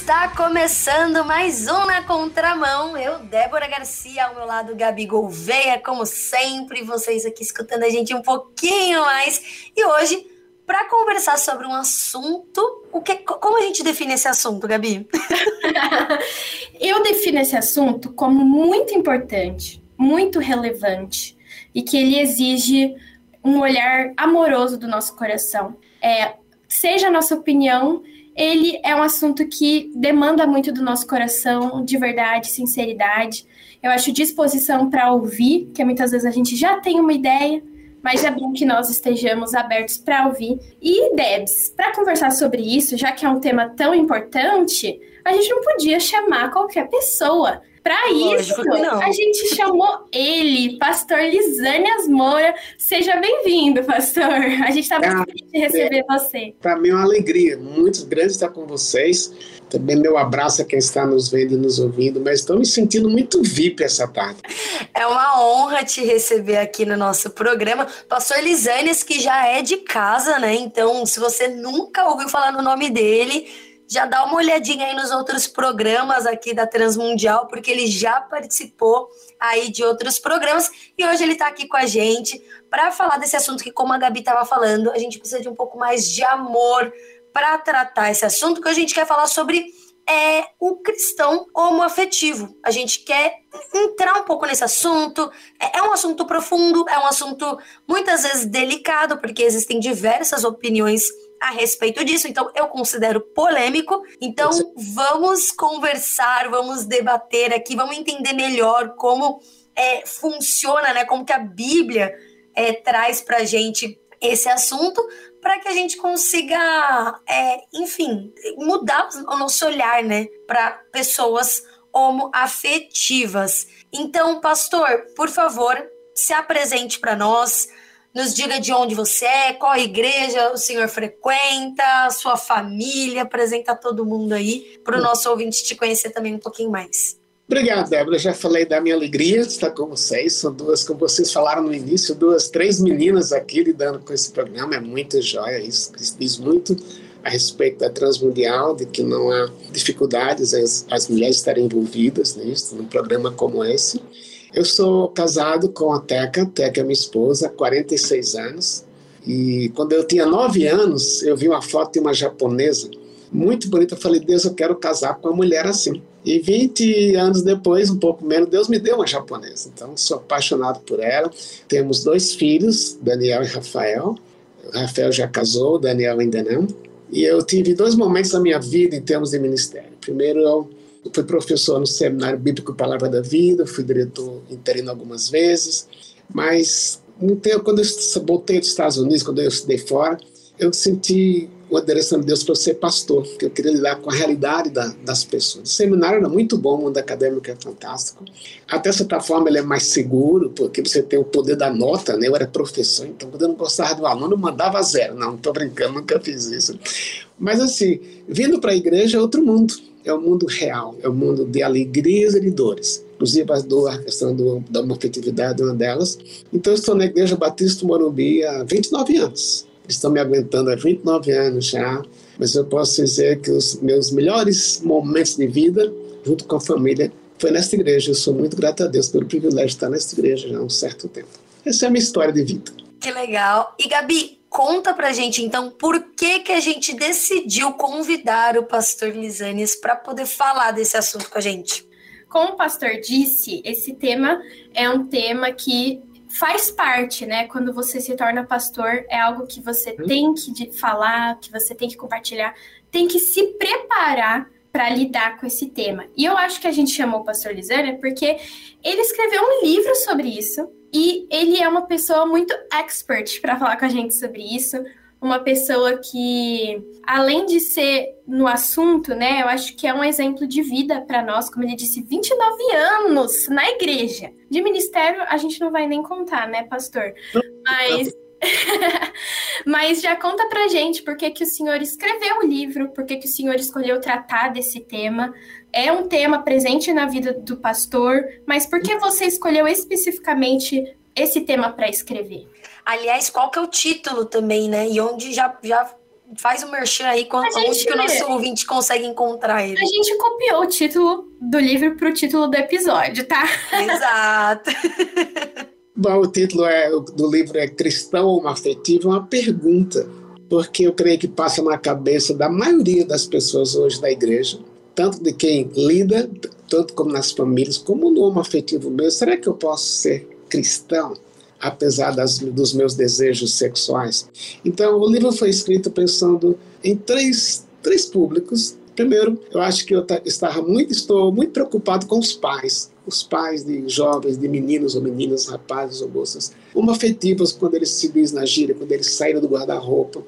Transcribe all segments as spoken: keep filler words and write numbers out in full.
Está começando mais um Na Contramão. Eu, Débora Garcia, ao meu lado, Gabi Gouveia, como sempre, vocês aqui escutando a gente um pouquinho mais. E hoje, para conversar sobre um assunto, o que, como a gente define esse assunto, Gabi? Eu defino esse assunto como muito importante, muito relevante e que ele exige um olhar amoroso do nosso coração. É, seja a nossa opinião, ele é um assunto que demanda muito do nosso coração, de verdade, sinceridade. Eu acho disposição para ouvir, que muitas vezes a gente já tem uma ideia, mas é bom que nós estejamos abertos para ouvir. E, Debs, para conversar sobre isso, já que é um tema tão importante, a gente não podia chamar qualquer pessoa. Para isso, a gente chamou ele, pastor Lisânias Moura. Seja bem-vindo, pastor. A gente está muito ah, feliz de receber é, você. Para mim é uma alegria muito grande estar com vocês. Também meu abraço a quem está nos vendo e nos ouvindo, mas estou me sentindo muito V I P essa tarde. É uma honra te receber aqui no nosso programa. Pastor Lisânias, que já é de casa, né? Então, se você nunca ouviu falar no nome dele, já dá uma olhadinha aí nos outros programas aqui da Transmundial, porque ele já participou aí de outros programas e hoje ele está aqui com a gente para falar desse assunto que, como a Gabi estava falando, a gente precisa de um pouco mais de amor para tratar esse assunto, que a gente quer falar sobre é, o cristão homoafetivo. A gente quer entrar um pouco nesse assunto. É, é um assunto profundo, é um assunto muitas vezes delicado, porque existem diversas opiniões a respeito disso, então eu considero polêmico. Então vamos conversar, vamos debater aqui, vamos entender melhor como é, funciona, né? Como que a Bíblia é, traz pra gente esse assunto, para que a gente consiga, é, enfim, mudar o nosso olhar, né, para pessoas homoafetivas. Então, pastor, por favor, se apresente para nós. Nos diga de onde você é, qual igreja o senhor frequenta, sua família, apresenta todo mundo aí, para o nosso ouvinte te conhecer também um pouquinho mais. Obrigado, Débora. Eu já falei da minha alegria de estar com vocês. São duas, como vocês falaram no início, duas, três meninas aqui lidando com esse programa. É muito joia isso. Diz muito a respeito da Transmundial, de que não há dificuldades as, as mulheres estarem envolvidas nisso, num programa como esse. Eu sou casado com a Teca, Teca é minha esposa, há quarenta e seis anos. E quando eu tinha nove anos, eu vi uma foto de uma japonesa muito bonita. Eu falei, Deus, eu quero casar com uma mulher assim. E vinte anos depois, um pouco menos, Deus me deu uma japonesa. Então, sou apaixonado por ela. Temos dois filhos, Daniel e Rafael. O Rafael já casou, o Daniel ainda não. E eu tive dois momentos na minha vida em termos de ministério. Primeiro, eu Eu fui professor no Seminário Bíblico Palavra da Vida, fui diretor interino algumas vezes, mas quando eu voltei dos Estados Unidos, quando eu estudei fora, eu senti uma direção de Deus para eu ser pastor, porque eu queria lidar com a realidade da, das pessoas. O seminário era muito bom, o mundo acadêmico é fantástico. Até certa forma ele é mais seguro, porque você tem o poder da nota, né? Eu era professor, então quando eu não gostava do aluno, eu mandava zero. Não, estou brincando, nunca fiz isso. Mas assim, vindo para a igreja é outro mundo. É o mundo real, é o mundo de alegrias e de dores. Inclusive a questão do, da homoafetividade é uma delas. Então eu estou na Igreja Batista do Morumbi há vinte e nove anos. Eles estão me aguentando há vinte e nove anos já, mas eu posso dizer que os meus melhores momentos de vida, junto com a família, foi nesta igreja. Eu sou muito grato a Deus pelo privilégio de estar nesta igreja já há um certo tempo. Essa é a minha história de vida. Que legal. E Gabi, conta pra gente, então, por que que a gente decidiu convidar o pastor Lisânias para poder falar desse assunto com a gente? Como o pastor disse, esse tema é um tema que faz parte, né? Quando você se torna pastor, é algo que você tem que falar, que você tem que compartilhar, tem que se preparar para lidar com esse tema. E eu acho que a gente chamou o pastor Lisânias porque ele escreveu um livro sobre isso, e ele é uma pessoa muito expert para falar com a gente sobre isso, uma pessoa que, além de ser no assunto, né, eu acho que é um exemplo de vida para nós, como ele disse, vinte e nove anos na igreja. De ministério, a gente não vai nem contar, né, pastor? Mas, mas já conta pra gente por que que o senhor escreveu o livro, por que que o senhor escolheu tratar desse tema. É um tema presente na vida do pastor, mas por que você escolheu especificamente esse tema para escrever? Aliás, qual que é o título também, né? E onde já, já faz o merchan aí, onde gente, que o nosso ouvinte consegue encontrar ele. A gente copiou o título do livro para o título do episódio, tá? Exato. Bom, o título é, do livro é Cristão Homoafetivo, uma pergunta, porque eu creio que passa na cabeça da maioria das pessoas hoje da igreja, tanto de quem lida, tanto como nas famílias, como no homoafetivo mesmo. Será que eu posso ser cristão, apesar das, dos meus desejos sexuais? Então, o livro foi escrito pensando em três, três públicos. Primeiro, eu acho que eu estava muito, estou muito preocupado com os pais, os pais de jovens, de meninos ou meninas, rapazes ou moças, homoafetivos, quando eles se diz na gíria, quando eles saíram do guarda-roupa.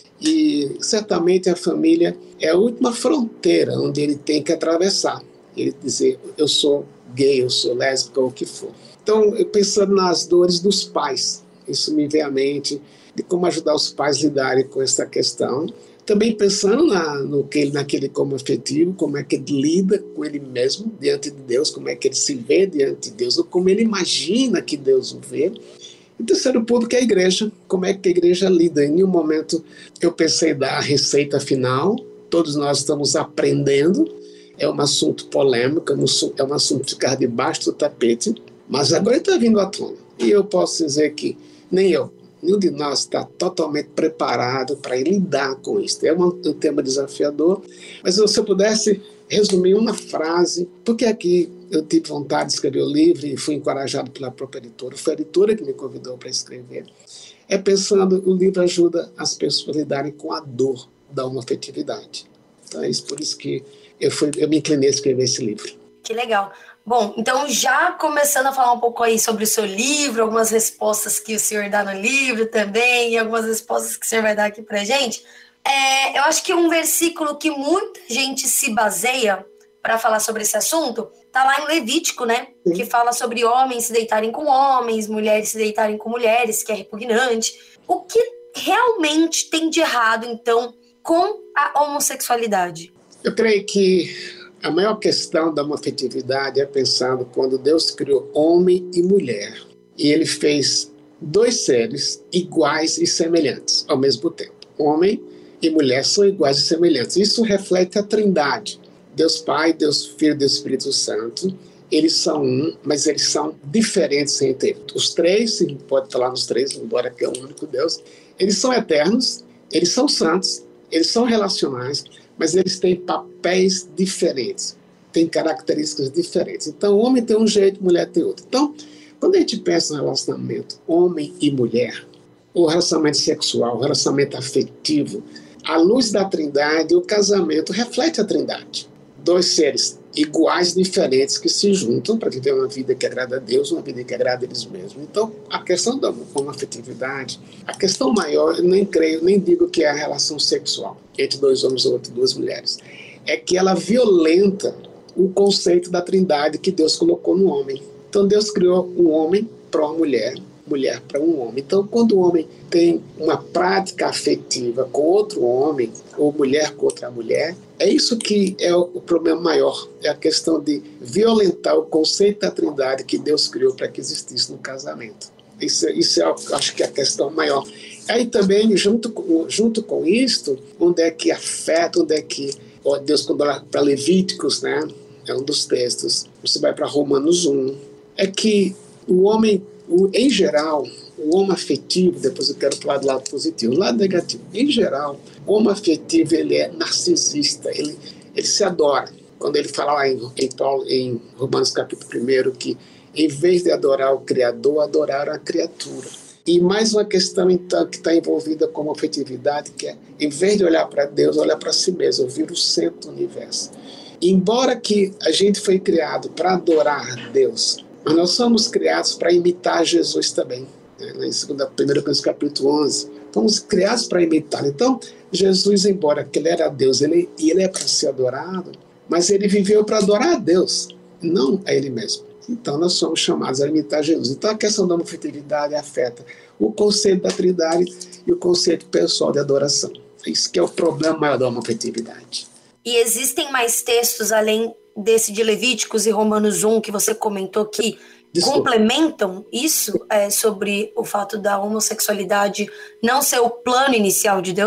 E certamente a família é a última fronteira onde ele tem que atravessar. Ele dizer, eu sou gay, eu sou lésbica, ou o que for. Então, eu pensando nas dores dos pais, isso me veio à mente, de como ajudar os pais a lidarem com essa questão. Também pensando na, no que ele, naquele como afetivo, como é que ele lida com ele mesmo diante de Deus, como é que ele se vê diante de Deus, ou como ele imagina que Deus o vê. E o terceiro ponto que é a igreja, como é que a igreja lida. Em nenhum momento eu pensei dar a receita final, todos nós estamos aprendendo, é um assunto polêmico, é um assunto ficar debaixo do tapete, mas agora está vindo à tona. E eu posso dizer que nem eu, nenhum de nós está totalmente preparado para lidar com isso. É um, um tema desafiador, mas se eu pudesse resumir uma frase, porque aqui eu tive vontade de escrever o livro e fui encorajado pela própria editora, foi a editora que me convidou para escrever, é pensando, o livro ajuda as pessoas a lidarem com a dor da homoafetividade. Então é isso, por isso que eu, fui, eu me inclinei a escrever esse livro. Que legal. Bom, então já começando a falar um pouco aí sobre o seu livro, algumas respostas que o senhor dá no livro também, e algumas respostas que o senhor vai dar aqui pra gente, é, eu acho que um versículo que muita gente se baseia para falar sobre esse assunto, tá lá em Levítico, né? Sim. Que fala sobre homens se deitarem com homens, mulheres se deitarem com mulheres, que é repugnante. O que realmente tem de errado, então, com a homossexualidade? Eu creio que a maior questão da homoafetividade é pensando quando Deus criou homem e mulher, e ele fez dois seres iguais e semelhantes ao mesmo tempo. Homem e mulher são iguais e semelhantes. Isso reflete a Trindade. Deus Pai, Deus Filho, Deus Espírito Santo, eles são um, mas eles são diferentes entre eles. Os três, se pode falar nos três, embora que é o único Deus, eles são eternos, eles são santos, eles são relacionais, mas eles têm papéis diferentes, têm características diferentes. Então, o homem tem um jeito, a mulher tem outro. Então, quando a gente pensa no relacionamento homem e mulher, o relacionamento sexual, o relacionamento afetivo, à luz da Trindade, o casamento reflete a Trindade. Dois seres iguais, diferentes, que se juntam para viver uma vida que agrada a Deus, uma vida que agrada a eles mesmos. Então, a questão da homoafetividade, a questão maior, eu nem creio, nem digo que é a relação sexual entre dois homens ou duas mulheres, é que ela violenta o conceito da Trindade que Deus colocou no homem. Então, Deus criou um homem para uma mulher, mulher para um homem. Então, quando o homem tem uma prática afetiva com outro homem, ou mulher com outra mulher, é isso que é o problema maior, é a questão de violentar o conceito da Trindade que Deus criou para que existisse no casamento. Isso, isso é, acho que é a questão maior. Aí também, junto com, junto com isto, onde é que afeta, onde é que ó, Deus, quando olha para Levíticos, né, é um dos textos, você vai para Romanos um, é que o homem, o, em geral, o homem afetivo, depois eu quero falar do lado positivo, o lado negativo, em geral, o homem afetivo, ele é narcisista, ele, ele se adora. Quando ele fala lá em, em, Paulo, em Romanos capítulo um, que em vez de adorar o Criador, adoraram a criatura. E mais uma questão, então, que está envolvida com a afetividade, que é, em vez de olhar para Deus, olhar para si mesmo, ouvir o centro do universo. E embora que a gente foi criado para adorar Deus, mas nós somos criados para imitar Jesus também. Né? Em primeira Coríntios capítulo onze, fomos criados para imitar. Então, Jesus, embora que ele era Deus, ele, ele é para ser adorado, mas ele viveu para adorar a Deus, não a ele mesmo. Então, nós somos chamados a imitar Jesus. Então, a questão da homoafetividade afeta o conceito da Trindade e o conceito pessoal de adoração. Isso que é o problema maior da homoafetividade. E existem mais textos, além desse de Levíticos e Romanos um, que você comentou, que Desculpa. complementam isso, é, sobre o fato da homossexualidade não ser o plano inicial de Deus?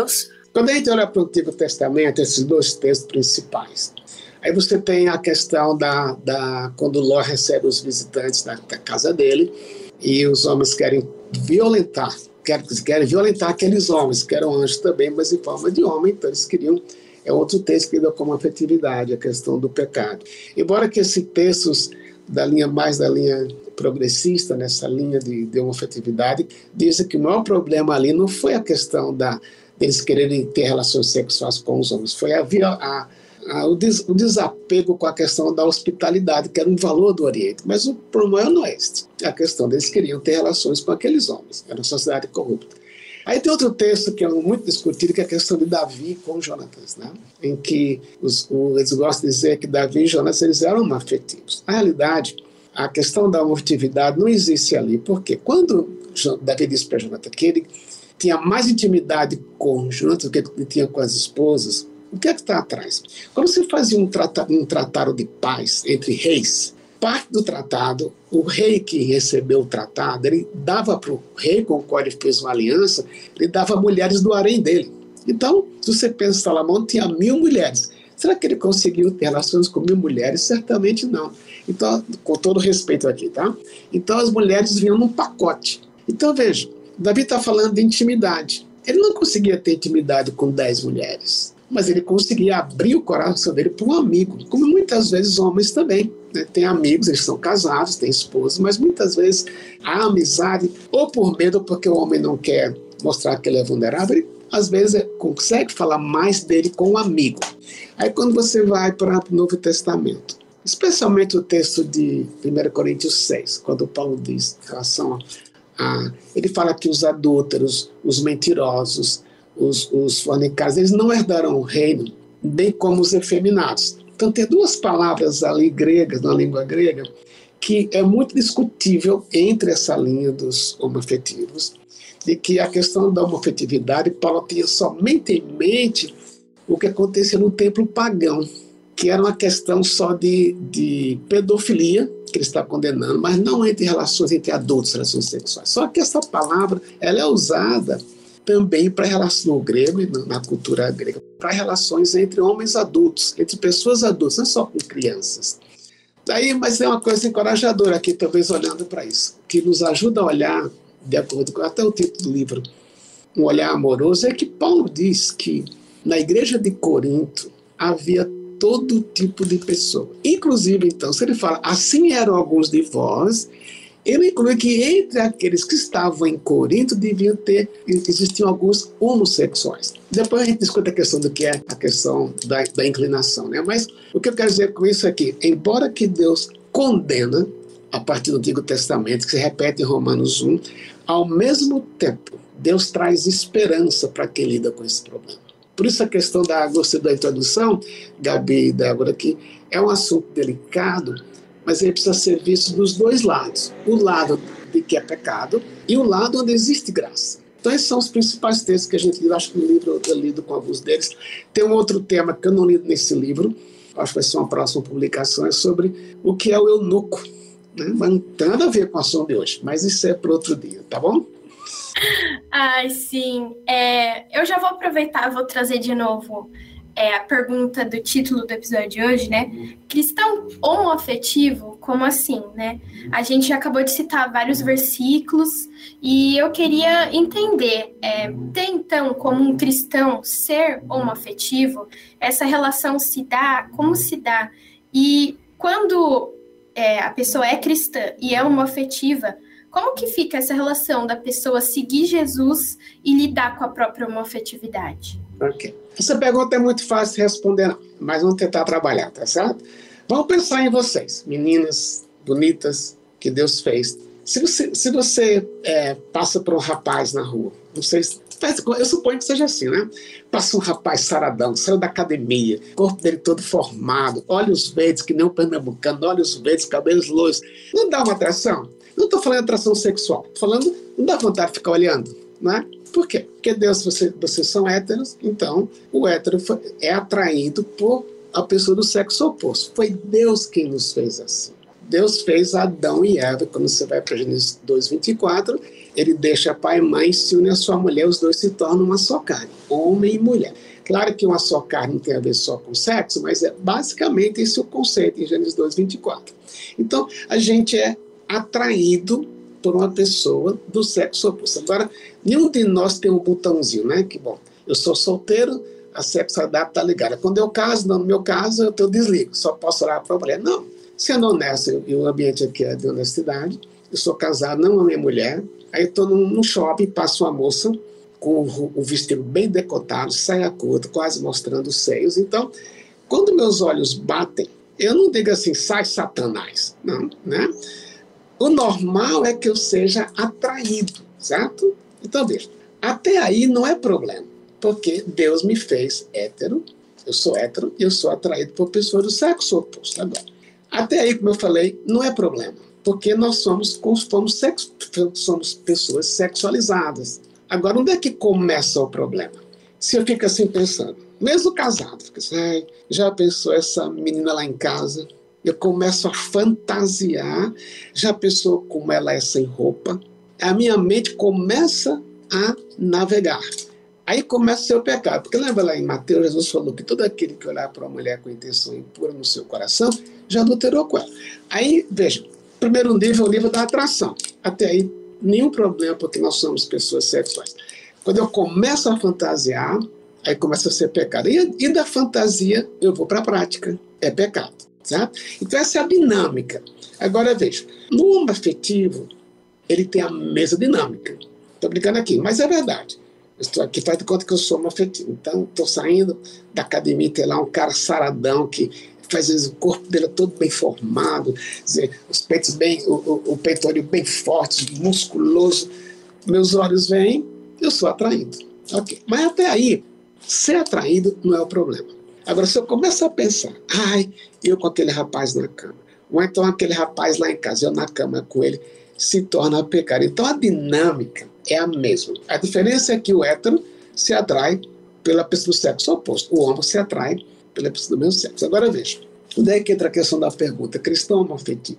Quando a gente olha para o Antigo Testamento, esses dois textos principais, aí você tem a questão da, da quando Ló recebe os visitantes da, da casa dele e os homens querem violentar, querem, querem violentar aqueles homens, que eram anjos também, mas em forma de homem, então eles queriam, é outro texto que lida com afetividade, a questão do pecado. Embora que esses textos da linha mais da linha progressista, nessa linha de, de homoafetividade, dizem que o maior problema ali não foi a questão da, deles quererem ter relações sexuais com os homens, foi a, a, a, o, des, o desapego com a questão da hospitalidade, que era um valor do Oriente. Mas o problema não é este, é a questão deles queriam ter relações com aqueles homens, era uma sociedade corrupta. Aí tem outro texto que é muito discutido, que é a questão de Davi com Jonatas, né? Em que os, o, eles gostam de dizer que Davi e Jonatas eles eram homoafetivos. Na realidade, a questão da homoafetividade não existe ali, porque quando Davi disse para Jonatas que ele tinha mais intimidade com Jonatas do que ele tinha com as esposas, o que é que está atrás? Quando se fazia um, trata, um tratado de paz entre reis, parte do tratado, o rei que recebeu o tratado, ele dava para o rei com o qual ele fez uma aliança, ele dava mulheres do harém dele. Então, se você pensa, Salomão tinha mil mulheres. Será que ele conseguiu ter relações com mil mulheres? Certamente não. Então, com todo respeito aqui, tá? Então, as mulheres vinham num pacote. Então, veja, Davi está falando de intimidade. Ele não conseguia ter intimidade com dez mulheres, mas ele conseguia abrir o coração dele para um amigo, como muitas vezes homens também, né? Tem amigos, eles são casados, têm esposas, mas muitas vezes a amizade, ou por medo, ou porque o homem não quer mostrar que ele é vulnerável, ele, às vezes consegue falar mais dele com um amigo. Aí quando você vai para o Novo Testamento, especialmente o texto de primeira Coríntios seis, quando Paulo diz em relação a... ele fala que os adúlteros, os mentirosos, os, os fornicários, eles não herdarão o reino, bem como os efeminados. Então tem duas palavras ali gregas, na língua grega, que é muito discutível entre essa linha dos homoafetivos, de que a questão da homoafetividade, Paulo tinha somente em mente o que acontecia no templo pagão, que era uma questão só de, de pedofilia, que ele está condenando, mas não entre relações entre adultos, relações sexuais. Só que essa palavra ela é usada também para relações no grego e na cultura grega, para relações entre homens adultos, entre pessoas adultas, não só com crianças. Daí, mas é uma coisa encorajadora aqui, talvez olhando para isso, que nos ajuda a olhar, de acordo com até o título do livro, um olhar amoroso, é que Paulo diz que na igreja de Corinto havia todo tipo de pessoa. Inclusive, então, se ele fala, assim eram alguns de vós, ele inclui que entre aqueles que estavam em Corinto deviam ter, existiam alguns homossexuais. Depois a gente discute a questão do que é a questão da, da inclinação, né? Mas o que eu quero dizer com isso é que, embora que Deus condena, a partir do Antigo Testamento, que se repete em Romanos um, ao mesmo tempo, Deus traz esperança para quem lida com esse problema. Por isso a questão da, gostei da introdução, Gabi e Débora, aqui, é um assunto delicado, mas ele precisa ser visto dos dois lados. O lado de que é pecado e o lado onde existe graça. Então esses são os principais textos que a gente lida. Acho que no livro eu lido com alguns deles. Tem um outro tema que eu não lido nesse livro, acho que vai ser uma próxima publicação, é sobre o que é o eunuco. Né? Mas não tem nada a ver com a ação de hoje, mas isso é para outro dia, tá bom? Ai, sim. É, eu já vou aproveitar, vou trazer de novo é, a pergunta do título do episódio de hoje, né? Cristão homoafetivo, como assim, né? A gente já acabou de citar vários versículos e eu queria entender, é, tem então como um cristão ser homoafetivo, essa relação se dá, como se dá? E quando é, a pessoa é cristã e é homoafetiva, como que fica essa relação da pessoa seguir Jesus e lidar com a própria homoafetividade? Ok. Essa pergunta é muito fácil de responder, não, mas vamos tentar trabalhar, tá certo? Vamos pensar em vocês, meninas bonitas que Deus fez. Se você, se você é, passa por um rapaz na rua, não sei se, eu suponho que seja assim, né? Passa um rapaz saradão, saiu da academia, corpo dele todo formado, olhos verdes que nem um pernambucano, olhos verdes, cabelos loiros. Não dá uma atração? Não estou falando de atração sexual, estou falando, não dá vontade de ficar olhando, né? Por quê? Porque Deus, você, vocês são héteros, então o hétero foi, é atraído por a pessoa do sexo oposto. Foi Deus quem nos fez assim. Deus fez Adão e Eva. Quando você vai para Gênesis dois, vinte e quatro, ele deixa pai e mãe, se une a sua mulher, os dois se tornam uma só carne, homem e mulher. Claro que uma só carne não tem a ver só com sexo, mas é basicamente esse o conceito em Gênesis dois, vinte e quatro. Então, a gente é atraído por uma pessoa do sexo oposto. Agora, nenhum de nós tem um botãozinho, né? Que bom, eu sou solteiro, a sexualidade está ligada. Quando eu caso, não, no meu caso, eu, eu desligo, só posso orar para a mulher. Não, sendo honesto, e o ambiente aqui é de honestidade, eu sou casado, não a minha mulher, aí eu estou num, num shopping, passo uma moça com o, o vestido bem decotado, saia curta, quase mostrando os seios. Então, quando meus olhos batem, eu não digo assim, sai Satanás, não, né? O normal é que eu seja atraído, certo? Então, veja, até aí não é problema, porque Deus me fez hétero, eu sou hétero e eu sou atraído por pessoas do sexo oposto. Agora, até aí, como eu falei, não é problema, porque nós somos, somos, sexo, somos pessoas sexualizadas. Agora, onde é que começa o problema? Se eu fico assim pensando, mesmo casado, fico assim, ai, já pensou essa menina lá em casa? Eu começo a fantasiar, já pensou como ela é sem roupa? A minha mente começa a navegar. Aí começa o seu pecado. Porque lembra lá em Mateus, Jesus falou que todo aquele que olhar para uma mulher com intenção impura no seu coração, já adulterou com ela. Aí, veja, primeiro nível é o nível da atração. Até aí, nenhum problema, porque nós somos pessoas sexuais. Quando eu começo a fantasiar, aí começa a ser pecado. E, e da fantasia, eu vou para a prática. É pecado. Certo? Então essa é a dinâmica. Agora veja, no homem afetivo, ele tem a mesma dinâmica. Estou brincando aqui, mas é verdade. Eu estou aqui, faz de conta que eu sou homem afetivo. Então, estou saindo da academia, tem lá um cara saradão que faz vezes, o corpo dele todo bem formado, dizer, os peitos bem, o, o, o peitoril bem forte, musculoso. Meus olhos vêm, eu sou atraído. Okay. Mas até aí, ser atraído não é o problema. Agora, se eu começo a pensar, ai, eu com aquele rapaz na cama, ou então aquele rapaz lá em casa, eu na cama com ele, se torna pecado. Então, a dinâmica é a mesma. A diferença é que o hétero se atrai pela pessoa do sexo oposto. O homem se atrai pela pessoa do mesmo sexo. Agora, veja, onde é que entra a questão da pergunta, cristão ou homoafetivo?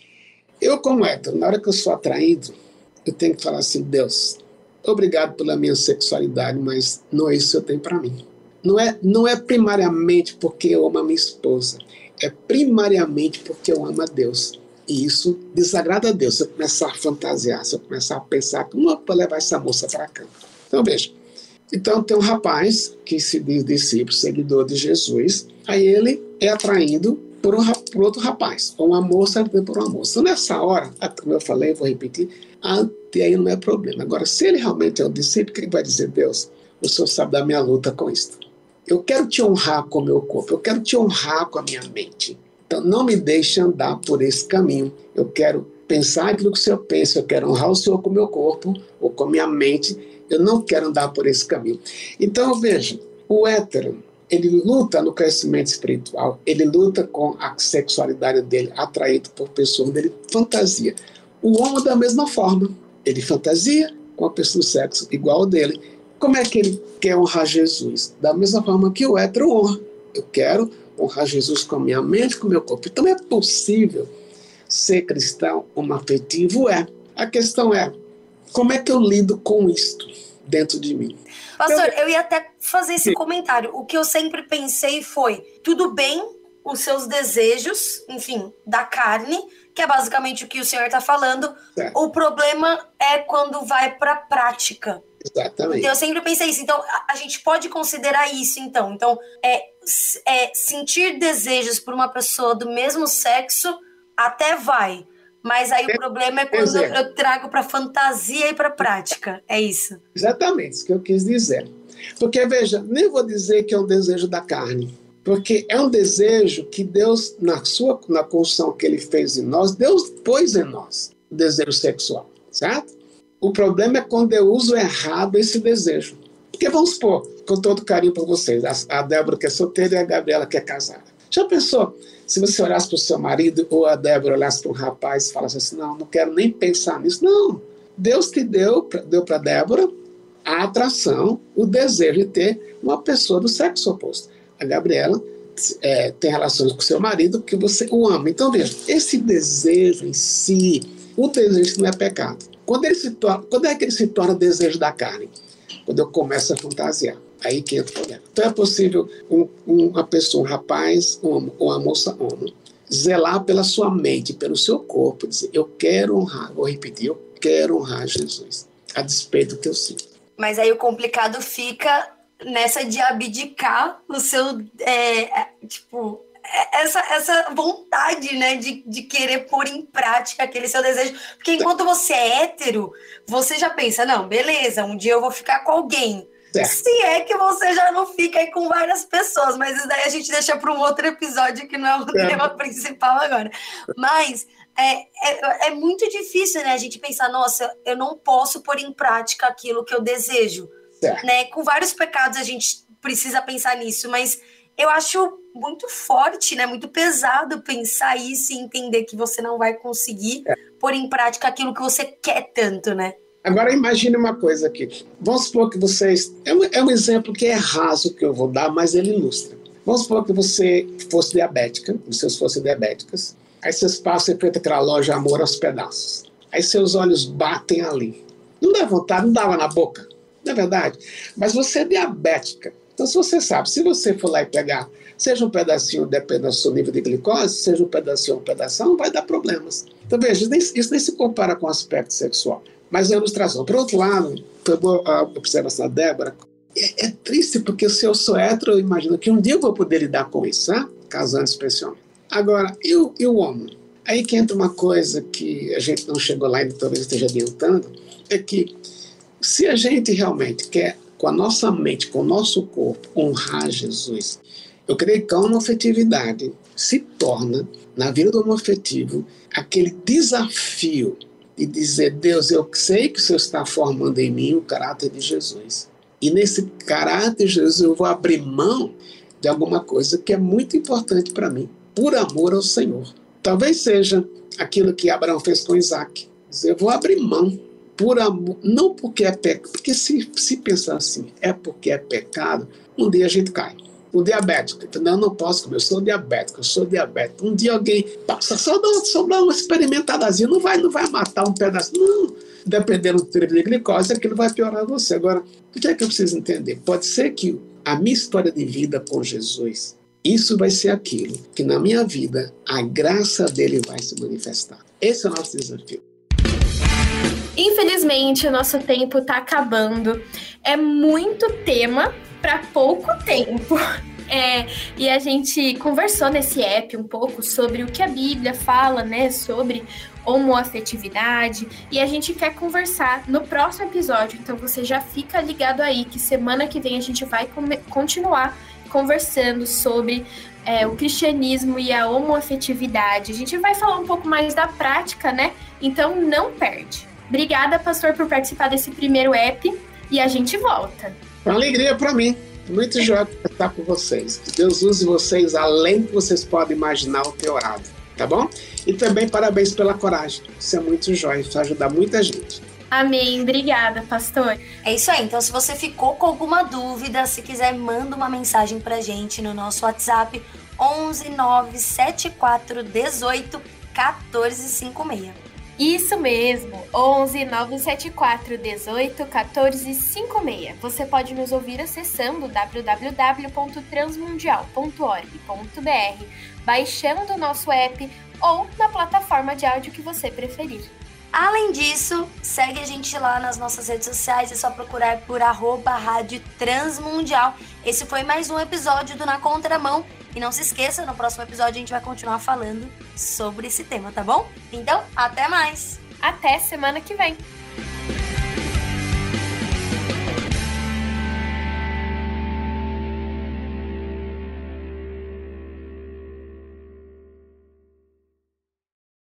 Eu, como hétero, na hora que eu sou atraído, eu tenho que falar assim, Deus, obrigado pela minha sexualidade, mas não é isso que eu tenho para mim. Não é, não é primariamente porque eu amo a minha esposa, é primariamente porque eu amo a Deus. E isso desagrada a Deus. Se eu começar a fantasiar, se eu começar a pensar como eu vou levar essa moça para cá. Então, veja. Então, tem um rapaz que se diz discípulo, seguidor de Jesus, aí ele é atraído por, um, por outro rapaz, ou uma moça por uma moça. Então, nessa hora, como eu falei, vou repetir, até aí não é problema. Agora, se ele realmente é um discípulo, o que ele vai dizer? Deus, o Senhor sabe da minha luta com isso. Eu quero te honrar com o meu corpo, eu quero te honrar com a minha mente. Então, não me deixe andar por esse caminho. Eu quero pensar aquilo que o Senhor pensa, eu quero honrar o Senhor com o meu corpo ou com a minha mente. Eu não quero andar por esse caminho. Então, veja, o hétero, ele luta no crescimento espiritual, ele luta com a sexualidade dele, atraído por pessoas onde ele fantasia. O homem, da mesma forma, ele fantasia com a pessoa do sexo igual ao dele. Como é que ele quer honrar Jesus? Da mesma forma que o hétero honra. Eu quero honrar Jesus com a minha mente, com o meu corpo. Então é possível ser cristão homoafetivo? É. A questão é, como é que eu lido com isto dentro de mim? Pastor, eu, eu ia até fazer esse comentário. O que eu sempre pensei foi, tudo bem os seus desejos, enfim, da carne, que é basicamente o que o senhor está falando. Certo. O problema é quando vai para a prática. Exatamente. Então, eu sempre pensei isso. Então, a, a gente pode considerar isso, então. Então, é, é, sentir desejos por uma pessoa do mesmo sexo até vai. Mas aí é, o problema é quando é. eu trago para fantasia e para prática. É isso. Exatamente, isso que eu quis dizer. Porque, veja, nem vou dizer que é um desejo da carne. Porque é um desejo que Deus, na sua na construção que Ele fez em nós, Deus pôs em nós o desejo sexual, certo? O problema é quando eu uso errado esse desejo. Porque vamos supor, com todo carinho para vocês, a, a Débora que é solteira e a Gabriela que é casada. Já pensou, se você olhasse para o seu marido ou a Débora olhasse para um rapaz e falasse assim, não, não quero nem pensar nisso. Não, Deus te deu, deu para Débora a atração, o desejo de ter uma pessoa do sexo oposto. A Gabriela é, tem relações com seu marido porque você o ama. Então, veja, esse desejo em si, o desejo não é pecado. Quando, ele se torna, quando é que ele se torna desejo da carne? Quando eu começo a fantasiar. Aí que entra o problema. Então é possível um, uma pessoa, um rapaz um, ou uma moça homem, zelar pela sua mente, pelo seu corpo, dizer, eu quero honrar, vou repetir, eu quero honrar Jesus, a despeito do que eu sinto. Mas aí o complicado fica nessa de abdicar o seu, é, tipo, essa, essa vontade, né, de, de querer pôr em prática aquele seu desejo. Porque enquanto você é hétero, você já pensa, não, beleza, um dia eu vou ficar com alguém. Certo. Se é que você já não fica aí com várias pessoas, mas isso daí a gente deixa para um outro episódio que não é o é. tema principal agora. Mas é, é, é muito difícil, né, a gente pensar, nossa, eu não posso pôr em prática aquilo que eu desejo. Né? Com vários pecados a gente precisa pensar nisso, mas eu acho muito forte, né? Muito pesado pensar isso e entender que você não vai conseguir é. pôr em prática aquilo que você quer tanto, né? Agora imagine uma coisa aqui. Vamos supor que vocês... É um, é um exemplo que é raso que eu vou dar, mas ele ilustra. Vamos supor que você fosse diabética, vocês fossem diabéticas, aí vocês passam em frente àquela loja Amor aos Pedaços. Aí seus olhos batem ali. Não dá vontade, não dava na boca. Não é verdade? Mas você é diabética. Então, se você sabe, se você for lá e pegar, seja um pedacinho, dependendo do seu nível de glicose, seja um pedacinho, um pedaço, não vai dar problemas. Então, veja, isso nem, isso nem se compara com o aspecto sexual. Mas é uma ilustração. Por outro lado, foi boa a observação da Débora, é, é triste porque se eu sou hétero, eu imagino que um dia eu vou poder lidar com isso, tá? Casando especialmente. Agora, e o, e o homem? Aí que entra uma coisa que a gente não chegou lá e talvez esteja adiantando, é que se a gente realmente quer, com a nossa mente, com o nosso corpo, honrar Jesus, eu creio que a homoafetividade se torna, na vida do homoafetivo, aquele desafio de dizer, Deus, eu sei que o Senhor está formando em mim o caráter de Jesus. E nesse caráter de Jesus eu vou abrir mão de alguma coisa que é muito importante para mim, por amor ao Senhor. Talvez seja aquilo que Abraão fez com Isaac. Dizer, eu vou abrir mão. Por amor, não porque é pecado, porque se, se pensar assim, é porque é pecado, um dia a gente cai. O diabético, não, eu não posso comer, eu sou diabético, eu sou diabético. Um dia alguém passa, só dá, só dá uma experimentadazinha, não vai, não vai matar um pedaço, não. Dependendo do nível de glicose, aquilo vai piorar você. Agora, o que é que eu preciso entender? Pode ser que a minha história de vida com Jesus, isso vai ser aquilo que na minha vida a graça dele vai se manifestar. Esse é o nosso desafio. Infelizmente, o nosso tempo está acabando. É muito tema para pouco tempo. É, e a gente conversou nesse app um pouco sobre o que a Bíblia fala, né, sobre homoafetividade. E a gente quer conversar no próximo episódio. Então você já fica ligado aí que semana que vem a gente vai come- continuar conversando sobre é, o cristianismo e a homoafetividade. A gente vai falar um pouco mais da prática, né? Então não perde. Obrigada, pastor, por participar desse primeiro app e a gente volta. Uma alegria para mim. Muito joia estar com vocês. Que Deus use vocês além do que vocês podem imaginar ou ter orado. Tá bom? E também parabéns pela coragem. Isso é muito joia. Isso vai ajudar muita gente. Amém. Obrigada, pastor. É isso aí. Então, se você ficou com alguma dúvida, se quiser, manda uma mensagem pra gente no nosso WhatsApp onze nove sete quatro um oito um quatro cinco seis. Isso mesmo, onze nove sete quatro um oito um quatro cinco seis. Você pode nos ouvir acessando w w w ponto transmundial ponto org ponto b r, baixando o nosso app ou na plataforma de áudio que você preferir. Além disso, segue a gente lá nas nossas redes sociais, é só procurar por arroba Rádio Transmundial. Esse foi mais um episódio do Na Contramão. E não se esqueça, no próximo episódio a gente vai continuar falando sobre esse tema, tá bom? Então, até mais! Até semana que vem!